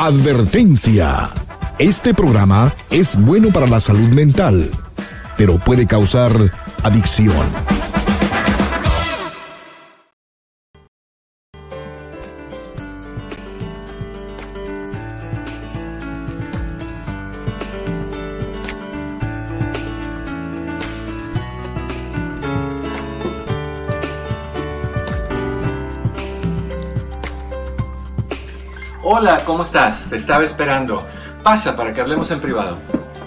Advertencia. Este programa es bueno para la salud mental, pero puede causar adicción. Hola, ¿cómo estás? Te estaba esperando. Pasa para que hablemos en privado.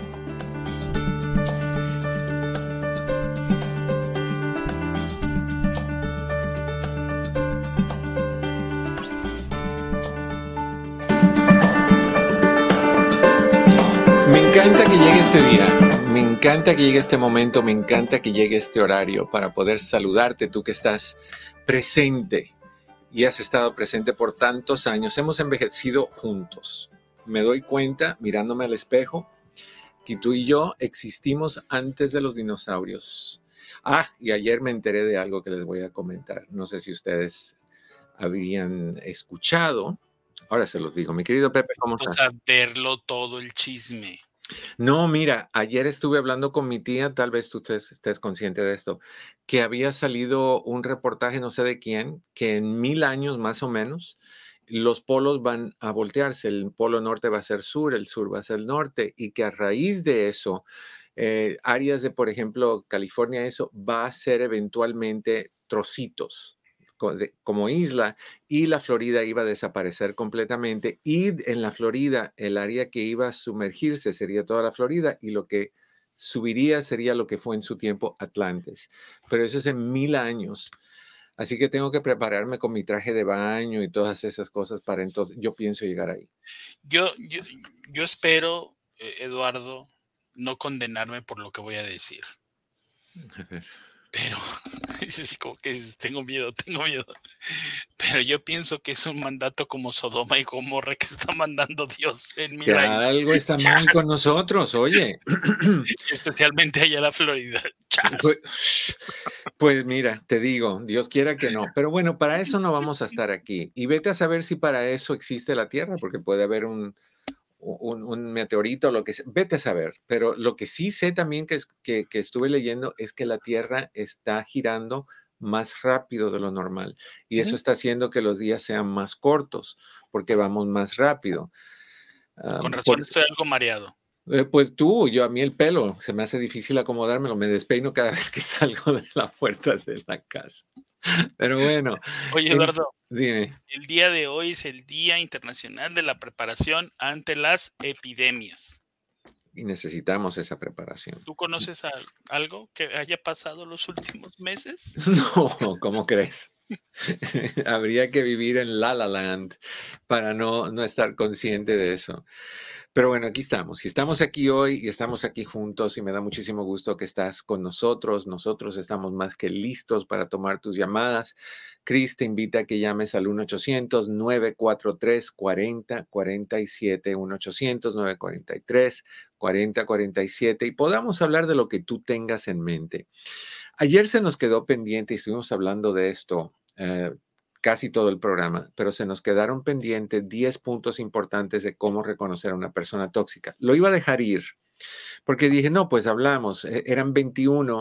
Me encanta que llegue este día, me encanta que llegue este momento, me encanta que llegue este horario para poder saludarte, tú que estás presente. Y has estado presente por tantos años. Hemos envejecido juntos. Me doy cuenta, mirándome al espejo, que tú y yo existimos antes de los dinosaurios. Y ayer me enteré de algo que les voy a comentar. No sé si ustedes habrían escuchado. Ahora se los digo. Mi querido Pepe, ¿cómo estás? Saberlo todo el chisme. No, mira, ayer estuve hablando con mi tía, tal vez tú estés consciente de esto, que había salido un reportaje, no sé de quién, que en 1000 años más o menos, los polos van a voltearse, el polo norte va a ser sur, el sur va a ser norte, y que a raíz de eso, áreas de, por ejemplo, California, eso va a ser eventualmente trocitos como isla, y la Florida iba a desaparecer completamente, y en la Florida el área que iba a sumergirse sería toda la Florida, y lo que subiría sería lo que fue en su tiempo Atlantis. Pero eso es en 1000 años. Así que tengo que prepararme con mi traje de baño y todas esas cosas para entonces, yo pienso llegar ahí. Yo espero, Eduardo, no condenarme por lo que voy a decir. A ver. Pero, es así como que tengo miedo. Pero yo pienso que es un mandato como Sodoma y Gomorra que está mandando Dios en Que 1000 años. algo está mal con nosotros, oye. Especialmente allá en la Florida. Pues mira, te digo, Dios quiera que no. Pero bueno, para eso no vamos a estar aquí. Y vete a saber si para eso existe la Tierra, porque puede haber un meteorito, lo que sea. Vete a saber. Pero lo que sí sé también que estuve leyendo es que la Tierra está girando más rápido de lo normal. Y eso está haciendo que los días sean más cortos, porque vamos más rápido. Con razón estoy algo mareado. Pues yo a mí el pelo, se me hace difícil acomodármelo, me despeino cada vez que salgo de la puerta de la casa. Pero bueno, Oye, Eduardo, dime. el día de hoy es el Día Internacional de la Preparación ante las Epidemias. Y necesitamos esa preparación. ¿Tú conoces algo que haya pasado los últimos meses? No, ¿cómo crees? Habría que vivir en La La Land para no estar consciente de eso. Pero bueno, aquí estamos. Y estamos aquí hoy y estamos aquí juntos y me da muchísimo gusto que estás con nosotros. Nosotros estamos más que listos para tomar tus llamadas. Chris te invita a que llames al 1-800-943-4047, 1-800-943-4047 y podamos hablar de lo que tú tengas en mente. Ayer se nos quedó pendiente y estuvimos hablando de esto casi todo el programa, pero se nos quedaron pendientes 10 puntos importantes de cómo reconocer a una persona tóxica. Lo iba a dejar ir porque dije, no, pues hablamos, eran 21,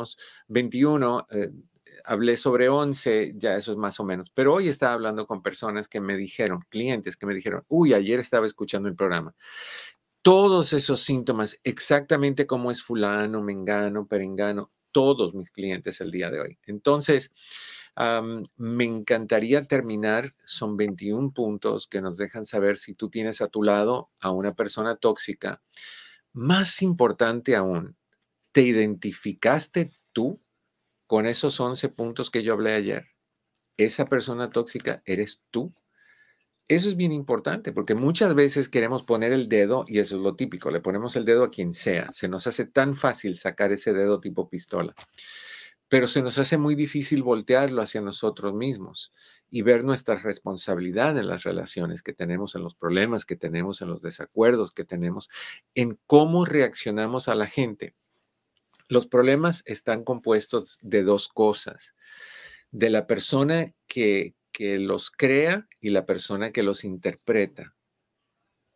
hablé sobre 11, ya eso es más o menos, pero hoy estaba hablando con personas que me dijeron, clientes que me dijeron, uy, ayer estaba escuchando el programa. Todos esos síntomas, exactamente como es fulano, mengano, perengano, todos mis clientes el día de hoy. Entonces, me encantaría terminar, son 21 puntos que nos dejan saber si tú tienes a tu lado a una persona tóxica. Más importante aún, ¿te identificaste tú con esos 11 puntos que yo hablé ayer? ¿Esa persona tóxica eres tú? Eso es bien importante porque muchas veces queremos poner el dedo y eso es lo típico, le ponemos el dedo a quien sea. Se nos hace tan fácil sacar ese dedo tipo pistola, pero se nos hace muy difícil voltearlo hacia nosotros mismos y ver nuestra responsabilidad en las relaciones que tenemos, en los problemas que tenemos, en los desacuerdos que tenemos, en cómo reaccionamos a la gente. Los problemas están compuestos de dos cosas, de la persona que los crea y la persona que los interpreta.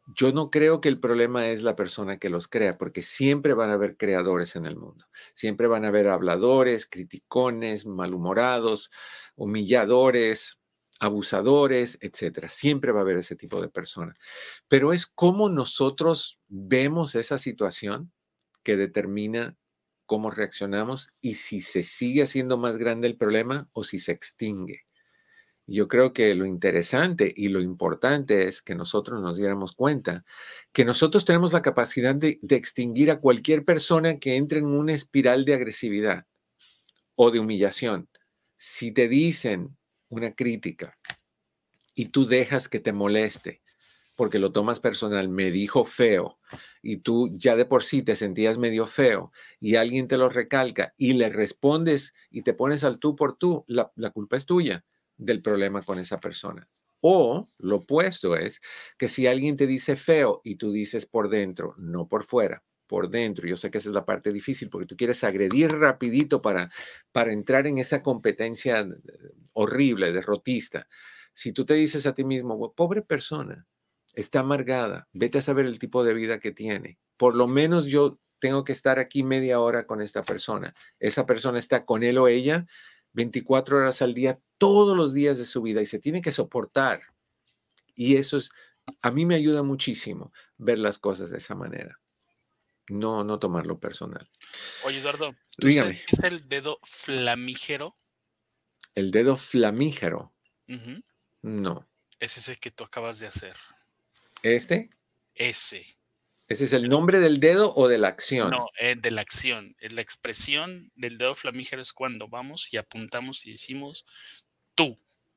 Yo no creo que el problema es la persona que los crea, porque siempre van a haber creadores en el mundo. Siempre van a haber habladores, criticones, malhumorados, humilladores, abusadores, etcétera. Siempre va a haber ese tipo de personas. Pero es cómo nosotros vemos esa situación que determina cómo reaccionamos y si se sigue haciendo más grande el problema o si se extingue. Yo creo que lo interesante y lo importante es que nosotros nos diéramos cuenta que nosotros tenemos la capacidad de extinguir a cualquier persona que entre en una espiral de agresividad o de humillación. Si te dicen una crítica y tú dejas que te moleste porque lo tomas personal, me dijo feo, y tú ya de por sí te sentías medio feo, y alguien te lo recalca y le respondes y te pones al tú por tú, la culpa es tuya del problema con esa persona. O lo opuesto es que si alguien te dice feo y tú dices por dentro, no por fuera, por dentro, yo sé que esa es la parte difícil porque tú quieres agredir rapidito para entrar en esa competencia horrible, derrotista. Si tú te dices a ti mismo, pobre persona, está amargada, vete a saber el tipo de vida que tiene. Por lo menos yo tengo que estar aquí media hora con esta persona. Esa persona está con él o ella 24 horas al día, todos los días de su vida y se tiene que soportar. Y eso es, a mí me ayuda muchísimo ver las cosas de esa manera. No tomarlo personal. Oye, Eduardo, ¿tú sabes Dígame, qué es el dedo flamígero? el dedo flamígero. Ujú. No. Es ese que tú acabas de hacer. ¿Este? Ese. ¿Ese es el nombre del dedo o de la acción? No, de la acción. La expresión del dedo flamígero es cuando vamos y apuntamos y decimos, tú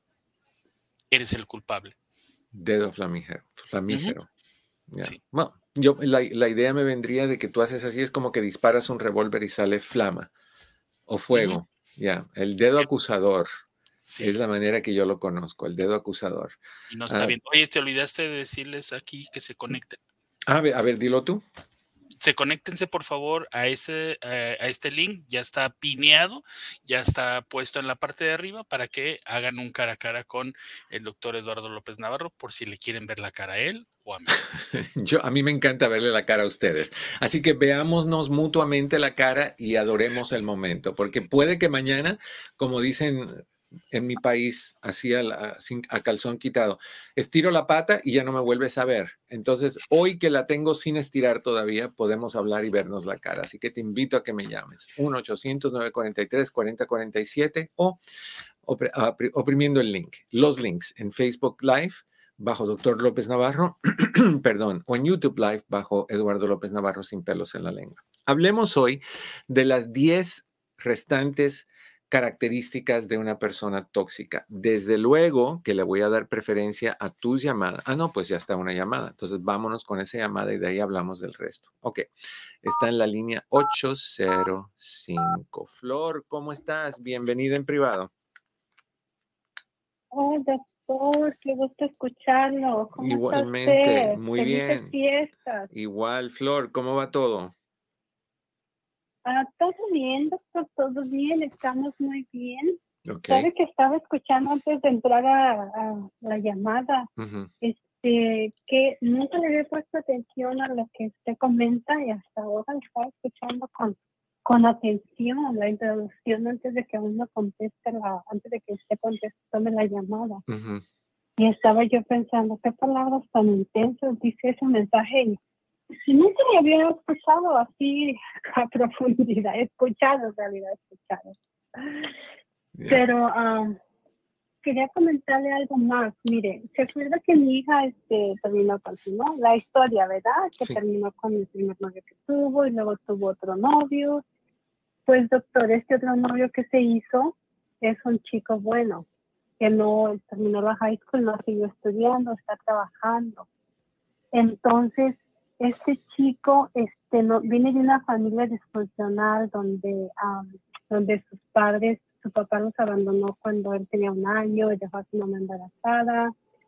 eres el culpable. Dedo flamígero. Ujú. Flamígero. Ya. Sí. Bueno, la idea me vendría de que tú haces así, es como que disparas un revólver y sale flama o Ujú. fuego. Ya, el dedo Sí. acusador Sí. es la manera que yo lo conozco, el dedo acusador. Y no está Ah, bien. Oye, te olvidaste de decirles aquí que se conecten. a ver, dilo tú. Conéctense por favor a este link, ya está pineado, ya está puesto en la parte de arriba para que hagan un cara a cara con el doctor Eduardo López Navarro por si le quieren ver la cara a él o a mí. A mí me encanta verle la cara a ustedes. Así que veámonos mutuamente la cara y adoremos el momento, porque puede que mañana, como dicen en mi país, así a calzón quitado, estiro la pata y ya no me vuelves a ver. Entonces, hoy que la tengo sin estirar todavía, podemos hablar y vernos la cara. Así que te invito a que me llames. 1-800-943-4047 o oprimiendo el link. Los links en Facebook Live bajo Dr. López Navarro, perdón, o en YouTube Live bajo Eduardo López Navarro sin pelos en la lengua. Hablemos hoy de las 10 restantes características de una persona tóxica. Desde luego que le voy a dar preferencia a tus llamadas. Ah, no, pues ya está una llamada. Entonces vámonos con esa llamada y de ahí hablamos del resto. Ok, está en la línea 805. Flor, ¿cómo estás? Bienvenida en privado. Hola, doctor, qué gusto escucharlo. ¿Cómo Igualmente, está usted? muy Felices bien. fiestas. Igual, Flor, ¿cómo va todo? Todo bien, doctor, todo bien, estamos muy bien. Ok. Sabe que estaba escuchando antes de entrar a la llamada, Ujú. que nunca le había puesto atención a lo que usted comenta y hasta ahora estaba escuchando con atención la introducción antes de que uno conteste antes de que usted conteste, tome la llamada. Ujú. Y estaba yo pensando, qué palabras tan intensas dice ese mensaje. Y nunca me había escuchado así a profundidad, escuchado en realidad, escuchado. Yeah. Pero quería comentarle algo más. Mire, se acuerda que mi hija terminó con su, ¿no? La historia, ¿verdad? Que Sí. terminó con el primer novio que tuvo y luego tuvo otro novio. Pues, doctor, este otro novio que se hizo es un chico bueno, que no terminó la high school, no siguió estudiando, está trabajando. Entonces, este chico no, viene de una familia disfuncional donde sus padres, su papá los abandonó cuando él tenía 1 año y dejó a su mamá embarazada.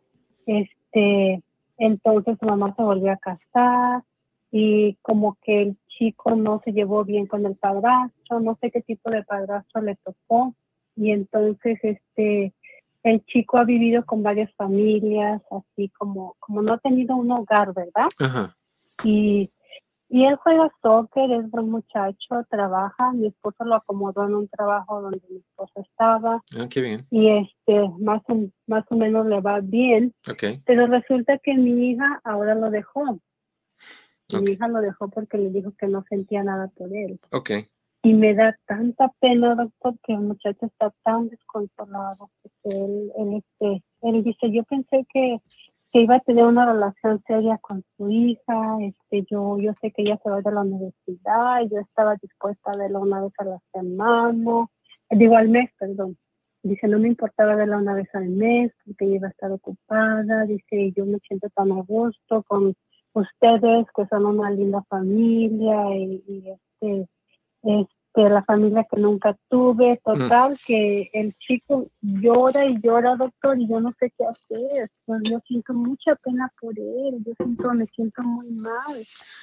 Entonces su mamá se volvió a casar y como que el chico no se llevó bien con el padrastro, no sé qué tipo de padrastro le tocó, y entonces el chico ha vivido con varias familias, así como no ha tenido un hogar, ¿verdad? Ajá. Y él juega soccer, es buen muchacho, trabaja. Mi esposo lo acomodó en un trabajo donde mi esposo estaba. Ah, qué bien. Y más o menos le va bien. Ok. Pero resulta que mi hija ahora lo dejó. Ok. Mi hija lo dejó porque le dijo que no sentía nada por él. Ok. Y me da tanta pena, doctor, que el muchacho está tan desconsolado. Porque él dice, yo pensé que iba a tener una relación seria con su hija. Yo sé que ella se va de la universidad y yo estaba dispuesta a verla una vez a la semana. Digo, al mes, perdón. Dice, no me importaba verla una vez al mes porque ella iba a estar ocupada. Dice, yo me siento tan a gusto con ustedes, que son una linda familia y la familia que nunca tuve. Total, que el chico llora y llora, doctor, y yo no sé qué hacer. Pues yo siento mucha pena por él, me siento muy mal.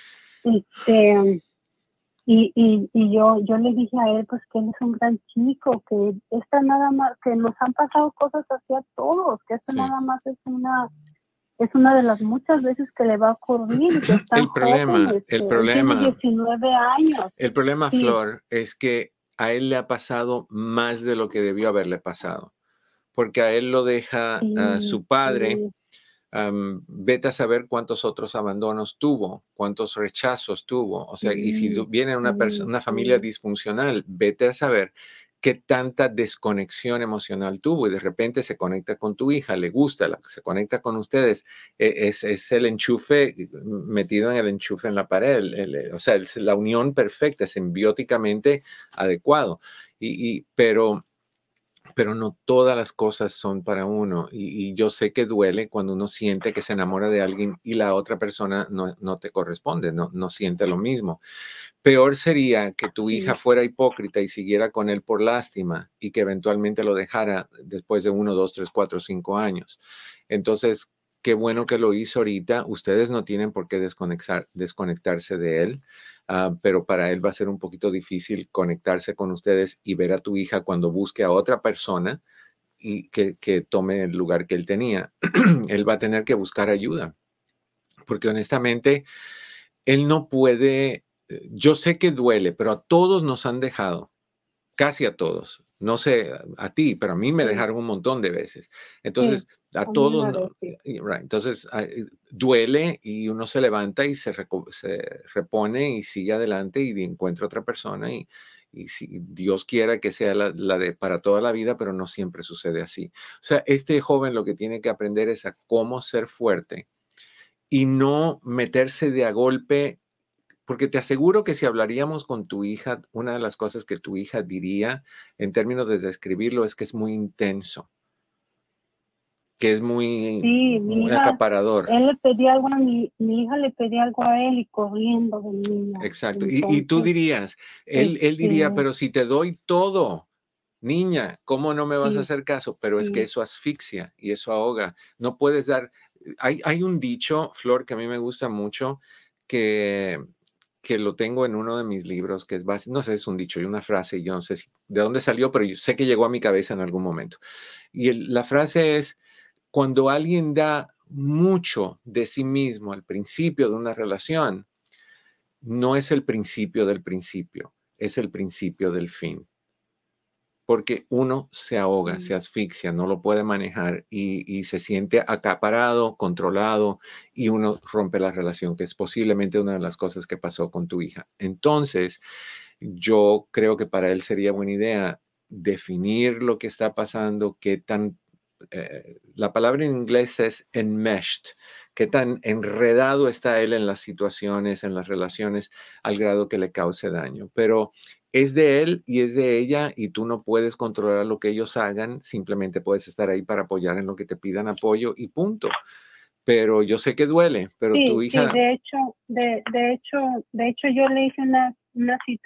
Y yo le dije a él, pues, que él es un gran chico, que esta nada más, que nos han pasado cosas así a todos, que esto Sí. nada más es una de las muchas veces que le va a ocurrir. Que están El problema, jóvenes, él tiene 19 años. El problema, Sí. Flor, es que a él le ha pasado más de lo que debió haberle pasado, porque a él lo deja su padre. Vete a saber cuántos otros abandonos tuvo, cuántos rechazos tuvo. O sea, y si viene una familia disfuncional, vete a saber qué tanta desconexión emocional tuvo y de repente se conecta con tu hija, le gusta, se conecta con ustedes. Es el enchufe metido en el enchufe en la pared. O sea, es la unión perfecta, simbióticamente adecuado. Pero no todas las cosas son para uno. Y yo sé que duele cuando uno siente que se enamora de alguien y la otra persona no te corresponde, no siente lo mismo. Peor sería que tu hija fuera hipócrita y siguiera con él por lástima y que eventualmente lo dejara después de 1, 2, 3, 4, 5 años. Entonces, qué bueno que lo hizo ahorita. Ustedes no tienen por qué desconectarse de él. Pero para él va a ser un poquito difícil conectarse con ustedes y ver a tu hija cuando busque a otra persona y que tome el lugar que él tenía. Él va a tener que buscar ayuda, porque honestamente, él no puede, yo sé que duele, pero a todos nos han dejado, casi a todos. No sé a ti, pero a mí me dejaron un montón de veces. Entonces, a todos, entonces duele y uno se levanta y se repone y sigue adelante y encuentra otra persona y si Dios quiera que sea la de para toda la vida, pero no siempre sucede así. O sea, este joven lo que tiene que aprender es a cómo ser fuerte y no meterse de a golpe. Porque te aseguro que si hablaríamos con tu hija, una de las cosas que tu hija diría en términos de describirlo es que es muy intenso, que es muy acaparador. Él le pedía algo a mi hija le pedía algo a él y corriendo de niña. Exacto. Y tú dirías, él diría, pero si te doy todo, niña, ¿cómo no me vas a hacer caso? Pero es que eso asfixia y eso ahoga. No puedes dar. Hay un dicho, Flor, que a mí me gusta mucho, que lo tengo en uno de mis libros, que es no sé, es un dicho y una frase, yo no sé de dónde salió, pero yo sé que llegó a mi cabeza en algún momento. Y la frase es, cuando alguien da mucho de sí mismo al principio de una relación, no es el principio del principio, es el principio del fin. Porque uno se ahoga, se asfixia, no lo puede manejar y se siente acaparado, controlado y uno rompe la relación, que es posiblemente una de las cosas que pasó con tu hija. Entonces, yo creo que para él sería buena idea definir lo que está pasando, qué tan, la palabra en inglés es enmeshed, qué tan enredado está él en las situaciones, en las relaciones, al grado que le cause daño. Pero es de él y es de ella y tú no puedes controlar lo que ellos hagan, simplemente puedes estar ahí para apoyar en lo que te pidan apoyo y punto. Pero yo sé que duele, pero tu hija... Sí, de hecho yo le hice una cita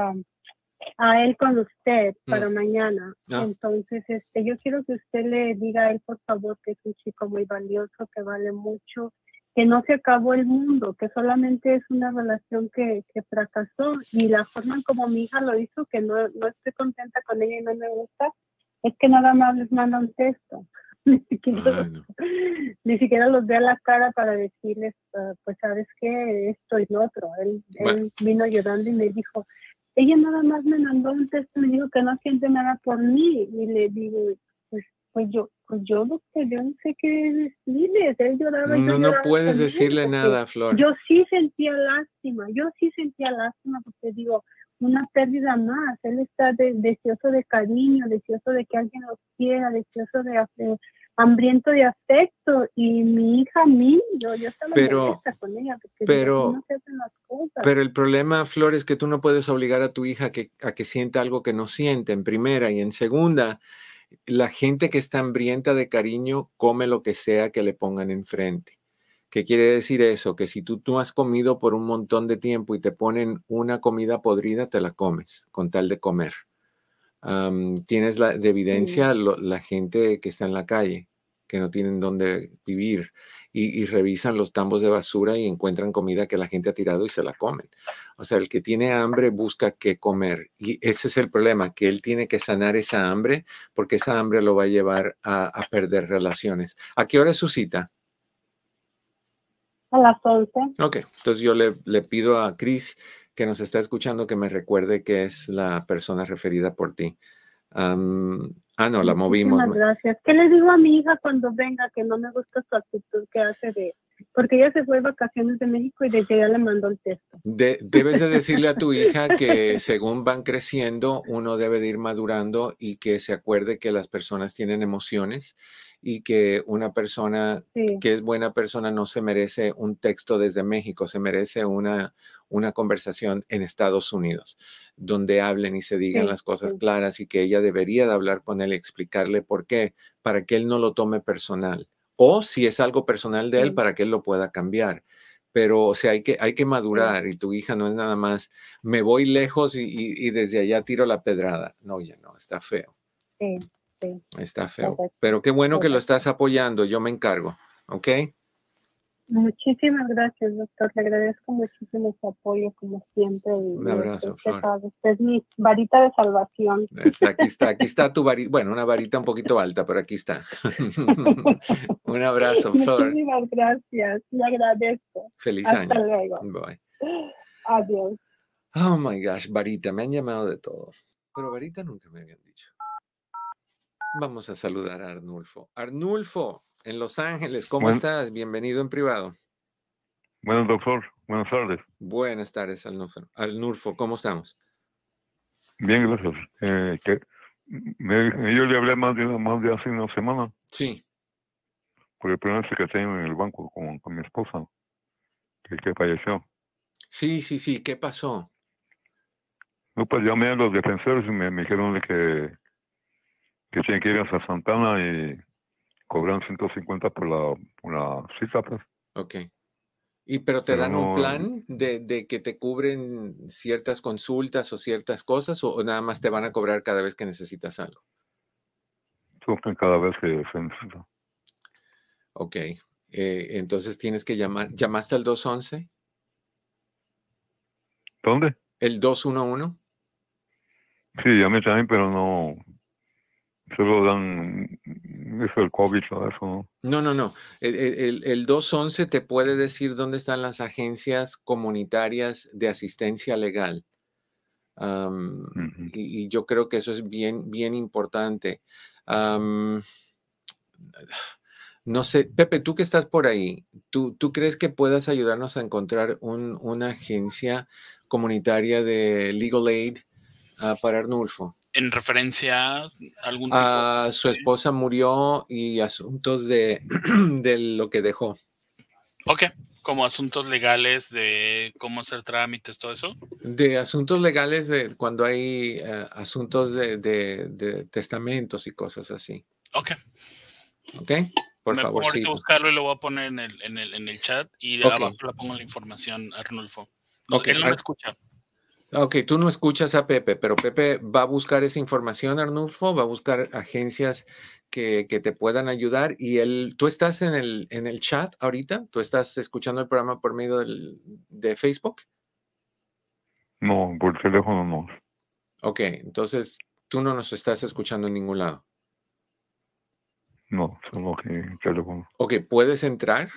a él con usted para mañana. Entonces, yo quiero que usted le diga a él, por favor, que es un chico muy valioso, que vale mucho, que no se acabó el mundo, que solamente es una relación que fracasó y la forma en como mi hija lo hizo, que no estoy contenta con ella y no me gusta, es que nada más les manda un texto. Ni siquiera, No. ni siquiera los ve a la cara para decirles, pues sabes qué, esto y lo otro. Bueno. Él vino llorando y me dijo, ella nada más me mandó un texto y me dijo que no siente nada por mí. Y le digo, pues yo no sé qué decirles. Él lloraba y yo No lloraba puedes con él, decirle porque nada, Flor. yo sí sentía lástima porque digo, una pérdida más. Él está deseoso de cariño, deseoso de que alguien lo quiera, deseoso hambriento de afecto, y mi hija a mí, yo estaba molesta con ella, porque digo, no se hacen las cosas. Pero el problema, Flor, es que tú no puedes obligar a tu hija a que sienta algo que no siente, en primera, y en segunda, la gente que está hambrienta de cariño come lo que sea que le pongan enfrente. ¿Qué quiere decir eso? Que si tú has comido por un montón de tiempo y te ponen una comida podrida, te la comes con tal de comer. Tienes de evidencia la gente que está en la calle, que no tienen dónde vivir, y revisan los tambos de basura y encuentran comida que la gente ha tirado y se la comen. O sea, el que tiene hambre busca qué comer, y ese es el problema, que él tiene que sanar esa hambre, porque esa hambre lo va a llevar a perder relaciones. ¿A qué hora es su cita? A las 11. Ok, entonces yo le pido a Cris, que nos está escuchando, que me recuerde que es la persona referida por ti. No, la movimos. Muchísimas gracias. ¿Qué le digo a mi hija cuando venga? Que no me gusta su actitud que hace porque ella se fue de vacaciones de México y desde allá le mandó el texto. Debes de decirle a tu hija que según van creciendo, uno debe de ir madurando y que se acuerde que las personas tienen emociones y que una persona que es buena persona no se merece un texto desde México, se merece una conversación en Estados Unidos, donde hablen y se digan las cosas claras, y que ella debería de hablar con él y explicarle por qué, para que él no lo tome personal. O si es algo personal de él, para que él lo pueda cambiar. Pero, o sea, hay que madurar, y tu hija no es nada más, me voy lejos y desde allá tiro la pedrada. No, oye, no, está feo. Sí. Está feo. Pero qué bueno que lo estás apoyando, yo me encargo, ¿ok? Muchísimas gracias, doctor. Le agradezco muchísimo su apoyo, como siempre. Un abrazo, Flor. Usted es mi varita de salvación. Aquí está tu varita. Bueno, una varita un poquito alta, pero aquí está. Un abrazo, Flor. Muchísimas gracias. Le agradezco. Feliz Hasta año. luego. Bye. Adiós. Oh my gosh, varita, me han llamado de todo. Pero varita nunca me habían dicho. Vamos a saludar a Arnulfo. Arnulfo, en Los Ángeles, ¿cómo estás? Bienvenido en privado. Bueno, doctor, buenas tardes. Buenas tardes, Arnulfo, ¿cómo estamos? Bien, gracias. Yo le hablé más de hace una semana. Sí. Por el problema que tengo en el banco con mi esposa, que falleció. Sí, ¿qué pasó? No, pues llamé a los defensores y me dijeron de que tienen que ir a Santana y cobran 150 por la cita, pues. Ok. ¿Pero te dan un plan de que te cubren ciertas consultas o ciertas cosas, o nada más te van a cobrar cada vez que necesitas algo? Sufren cada vez que se necesita. Ok. Entonces tienes que llamar. ¿Llamaste al 211? ¿Dónde? ¿El 211? Sí, llamé también, pero no. Solo dan eso del COVID, todo eso, ¿no? No. El 211 te puede decir dónde están las agencias comunitarias de asistencia legal. Y yo creo que eso es bien, bien importante. No sé, Pepe, tú que estás por ahí, ¿tú crees que puedas ayudarnos a encontrar una agencia comunitaria de Legal Aid para Arnulfo? En referencia a algún tipo. Su esposa murió y asuntos de lo que dejó. Ok, como asuntos legales de cómo hacer trámites, todo eso. De asuntos legales, de cuando hay asuntos de testamentos y cosas así. Ok. Ok, por Me favor. pongo ahorita a buscarlo y lo voy a poner en el chat, y de abajo le pongo la información a Arnulfo. Él no me escucha. Ok, tú no escuchas a Pepe, pero Pepe va a buscar esa información, Arnulfo, va a buscar agencias que te puedan ayudar, y ¿tú estás en el chat ahorita? ¿Tú estás escuchando el programa por medio de Facebook? No, por teléfono no. Ok, entonces tú no nos estás escuchando en ningún lado. No, solo aquí teléfono. Ok, ¿puedes entrar?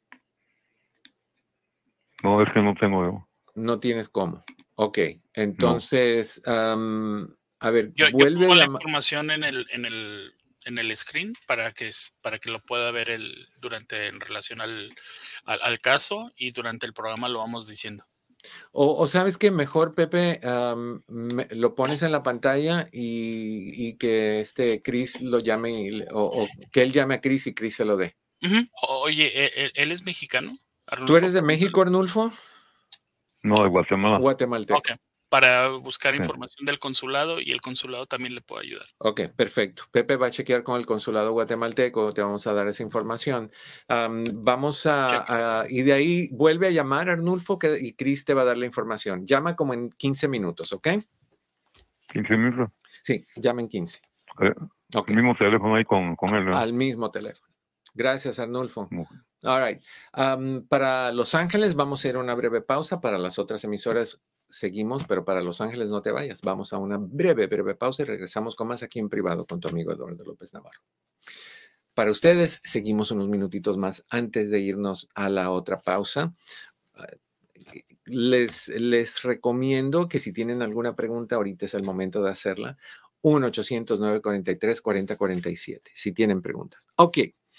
No, es que no tengo yo. No tienes cómo. Ok, entonces, a ver, Yo vuelve a pongo la llamar. información en el screen para que lo pueda ver en relación al caso, y durante el programa lo vamos diciendo. O sabes que mejor, Pepe, lo pones en la pantalla y que Chris lo llame, o que él llame a Chris y Chris se lo dé. Oye, ¿él es mexicano? ¿Tú eres de México, Arnulfo? No, de Guatemala. Guatemalteco. Ok, para buscar Sí. información del consulado, y el consulado también le puede ayudar. Ok, perfecto. Pepe va a chequear con el consulado guatemalteco, te vamos a dar esa información. Vamos y de ahí vuelve a llamar a Arnulfo y Chris te va a dar la información. Llama como en 15 minutos, ¿ok? 15 minutos. Sí, llama en 15. Ok. El mismo teléfono ahí con él, ¿no? Al mismo teléfono. Gracias, Arnulfo. Muy- All right. Para Los Ángeles vamos a ir a una breve pausa. Para las otras emisoras seguimos, pero para Los Ángeles no te vayas. Vamos a una breve pausa y regresamos con más aquí en privado con tu amigo Eduardo López Navarro. Para ustedes, seguimos unos minutitos más antes de irnos a la otra pausa. Les recomiendo que si tienen alguna pregunta, ahorita es el momento de hacerla. 1-800-943-4047, si tienen preguntas. Ok.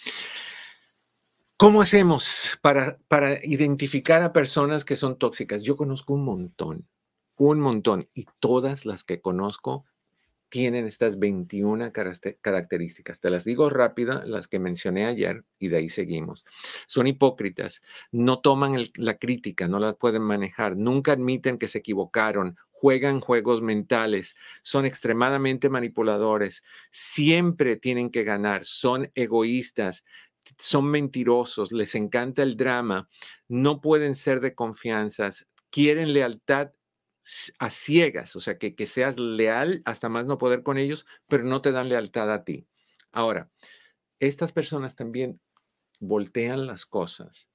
¿Cómo hacemos para identificar a personas que son tóxicas? Yo conozco un montón, y todas las que conozco tienen estas 21 características. Te las digo rápida, las que mencioné ayer, y de ahí seguimos. Son hipócritas, no toman la crítica, no la pueden manejar, nunca admiten que se equivocaron, juegan juegos mentales, son extremadamente manipuladores, siempre tienen que ganar, son egoístas, son mentirosos, les encanta el drama, no pueden ser de confianzas, quieren lealtad a ciegas, o sea, que seas leal hasta más no poder con ellos, pero no te dan lealtad a ti. Ahora, estas personas también voltean las cosas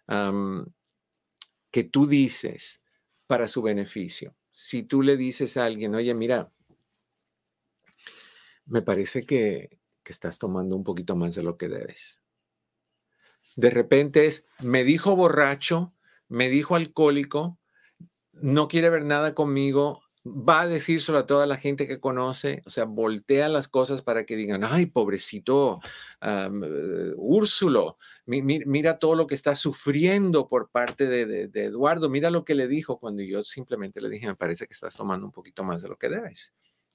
que tú dices para su beneficio. Si tú le dices a alguien, oye, mira, me parece que estás tomando un poquito más de lo que debes. De repente me dijo borracho, me dijo alcohólico, no quiere ver nada conmigo, va a decírselo a toda la gente que conoce, o sea, voltea las cosas para que digan, ay, pobrecito Úrsulo, mira todo lo que está sufriendo por parte de Eduardo, mira lo que le dijo, cuando yo simplemente le dije, me parece que estás tomando un poquito más de lo que debes.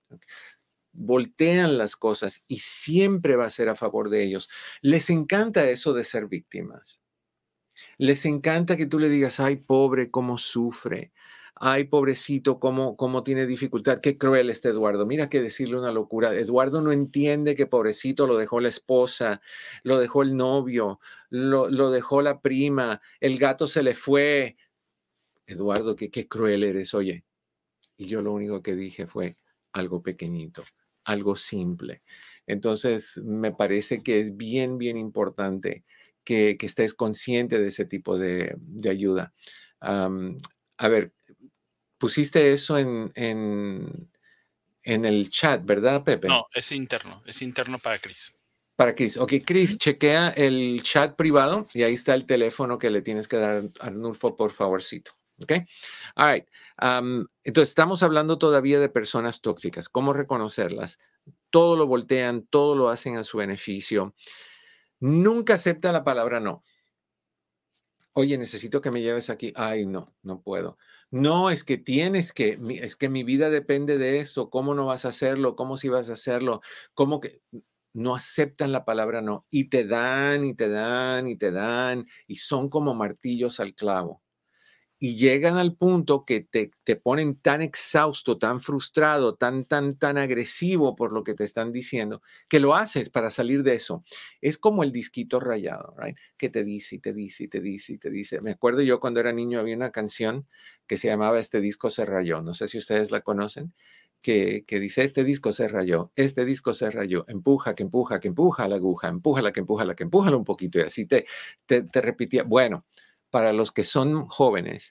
Voltean las cosas y siempre va a ser a favor de ellos. Les encanta eso de ser víctimas. Les encanta que tú le digas, ay, pobre, cómo sufre. Ay, pobrecito, cómo tiene dificultad. Qué cruel este Eduardo. Mira que decirle una locura. Eduardo no entiende que pobrecito lo dejó la esposa, lo dejó el novio, lo dejó la prima, el gato se le fue. Eduardo, qué cruel eres, oye. Y yo lo único que dije fue algo pequeñito, algo simple. Entonces, me parece que es bien, bien importante que estés consciente de ese tipo de ayuda. A ver, pusiste eso en el chat, ¿verdad, Pepe? No, es interno para Chris. Para Chris. Ok, Chris, chequea el chat privado y ahí está el teléfono que le tienes que dar a Arnulfo, por favorcito. Ok. All right. Entonces, estamos hablando todavía de personas tóxicas. ¿Cómo reconocerlas? Todo lo voltean, todo lo hacen a su beneficio. Nunca acepta la palabra no. Oye, necesito que me lleves aquí. Ay, no puedo. No, es que es que mi vida depende de esto. ¿Cómo no vas a hacerlo? ¿Cómo si vas a hacerlo? ¿Cómo que no aceptan la palabra no? Y te dan, y te dan, y te dan, y son como martillos al clavo. Y llegan al punto que te ponen tan exhausto, tan frustrado, tan agresivo por lo que te están diciendo, que lo haces para salir de eso. Es como el disquito rayado, right? Que te dice y te dice y te dice y te dice. Me acuerdo yo cuando era niño había una canción que se llamaba Este disco se rayó. No sé si ustedes la conocen. Que dice, este disco se rayó, este disco se rayó, empuja, que empuja la aguja, empújala, que empújala un poquito. Y así te repetía. Bueno, para los que son jóvenes,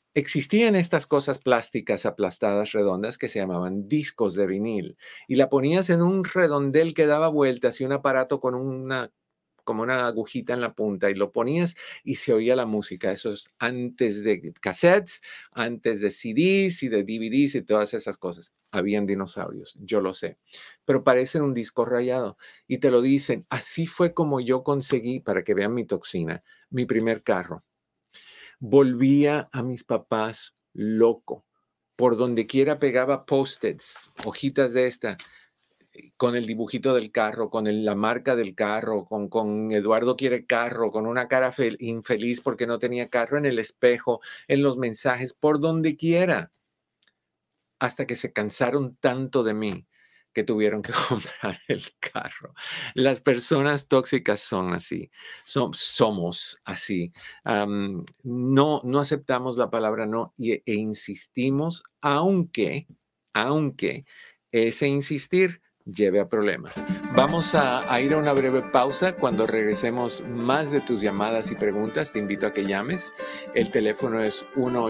existían estas cosas plásticas aplastadas redondas que se llamaban discos de vinil y la ponías en un redondel que daba vueltas y un aparato con como una agujita en la punta y lo ponías y se oía la música. Eso es antes de cassettes, antes de CDs y de DVDs y todas esas cosas. Habían dinosaurios, yo lo sé, pero parecen un disco rayado y te lo dicen. Así fue como yo conseguí, para que vean mi toxina, mi primer carro. Volvía a mis papás loco. Por donde quiera pegaba post-its, hojitas de esta, con el dibujito del carro, con la marca del carro, con Eduardo quiere carro, con una cara infeliz porque no tenía carro en el espejo, en los mensajes, por donde quiera. Hasta que se cansaron tanto de mí que tuvieron que comprar el carro. Las personas tóxicas son así, somos así. No aceptamos la palabra no e insistimos, aunque ese insistir lleve a problemas. Vamos a ir a una breve pausa. Cuando regresemos, más de tus llamadas y preguntas, te invito a que llames. El teléfono es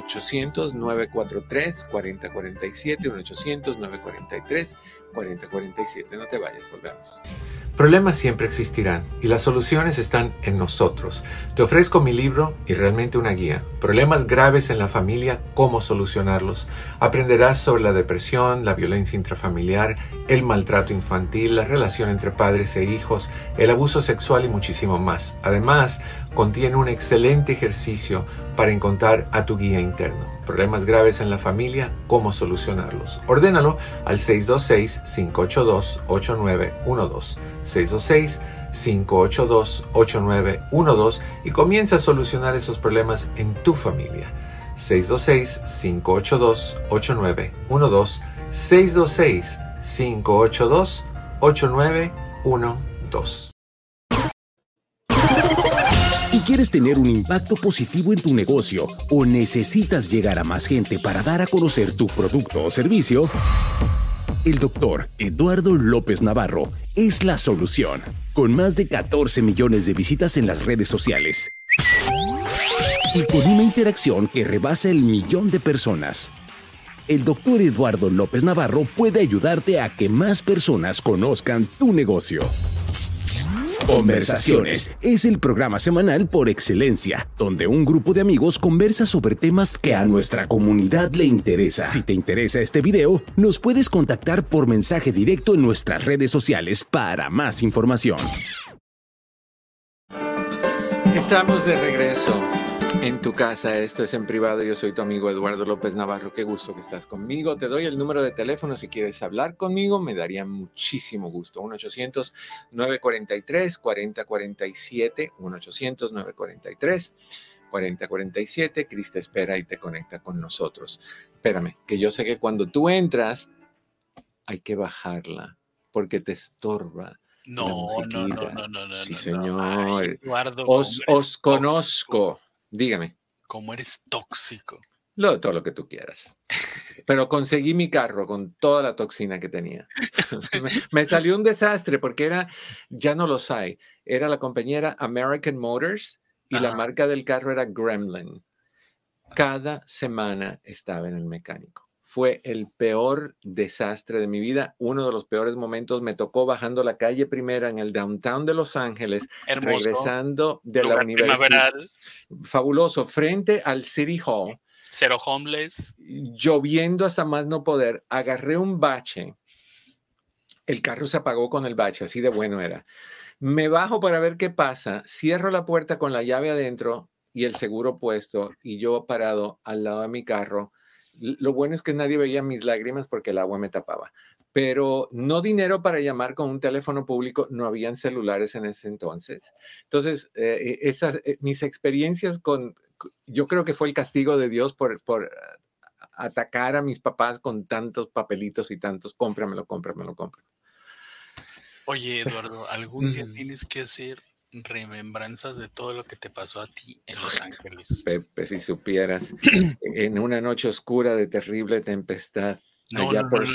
1-800-943-4047, 1-800-943-4047. No te vayas, volvemos. Problemas siempre existirán y las soluciones están en nosotros. Te ofrezco mi libro y realmente una guía. Problemas graves en la familia, cómo solucionarlos. Aprenderás sobre la depresión, la violencia intrafamiliar, el maltrato infantil, la relación entre padres e hijos, el abuso sexual y muchísimo más. Además, contiene un excelente ejercicio para encontrar a tu guía interno. Problemas graves en la familia, cómo solucionarlos. Ordénalo al 626-582-8912. 626-582-8912 y comienza a solucionar esos problemas en tu familia. 626-582-8912. 626-582-8912. Si quieres tener un impacto positivo en tu negocio o necesitas llegar a más gente para dar a conocer tu producto o servicio, el doctor Eduardo López Navarro es la solución. Con más de 14 millones de visitas en las redes sociales y con una interacción que rebasa el 1.000.000 de personas, el doctor Eduardo López Navarro puede ayudarte a que más personas conozcan tu negocio. Conversaciones es el programa semanal por excelencia, donde un grupo de amigos conversa sobre temas que a nuestra comunidad le interesa. Si te interesa este video, nos puedes contactar por mensaje directo en nuestras redes sociales para más información. Estamos de regreso en tu casa. Esto es En Privado. Yo soy tu amigo Eduardo López Navarro. Qué gusto que estás conmigo. Te doy el número de teléfono si quieres hablar conmigo. Me daría muchísimo gusto. 1-800-943-4047. 1-800-943-4047. Cris te espera y te conecta con nosotros. Espérame, que yo sé que cuando tú entras hay que bajarla porque te estorba. No. Sí, señor. Ay, Eduardo, os conozco. Dígame. ¿Cómo eres tóxico? Todo lo que tú quieras. Pero conseguí mi carro con toda la toxina que tenía. Me salió un desastre porque ya no los hay. Era la compañía American Motors y la marca del carro era Gremlin. Cada semana estaba en el mecánico. Fue el peor desastre de mi vida. Uno de los peores momentos me tocó bajando la calle Primera en el downtown de Los Ángeles, hermoso, regresando de la universidad. Primaveral. Fabuloso, frente al City Hall. Cero homeless. Lloviendo hasta más no poder. Agarré un bache. El carro se apagó con el bache, así de bueno era. Me bajo para ver qué pasa. Cierro la puerta con la llave adentro y el seguro puesto y yo parado al lado de mi carro. Lo bueno es que nadie veía mis lágrimas porque el agua me tapaba, pero no dinero para llamar con un teléfono público, no habían celulares en ese entonces. Entonces, mis experiencias yo creo que fue el castigo de Dios por atacar a mis papás con tantos papelitos y tantos, cómpramelo. Oye, Eduardo, algún día tienes que hacer remembranzas de todo lo que te pasó a ti en Los Ángeles. Pepe, si supieras, en una noche oscura de terrible tempestad, allá por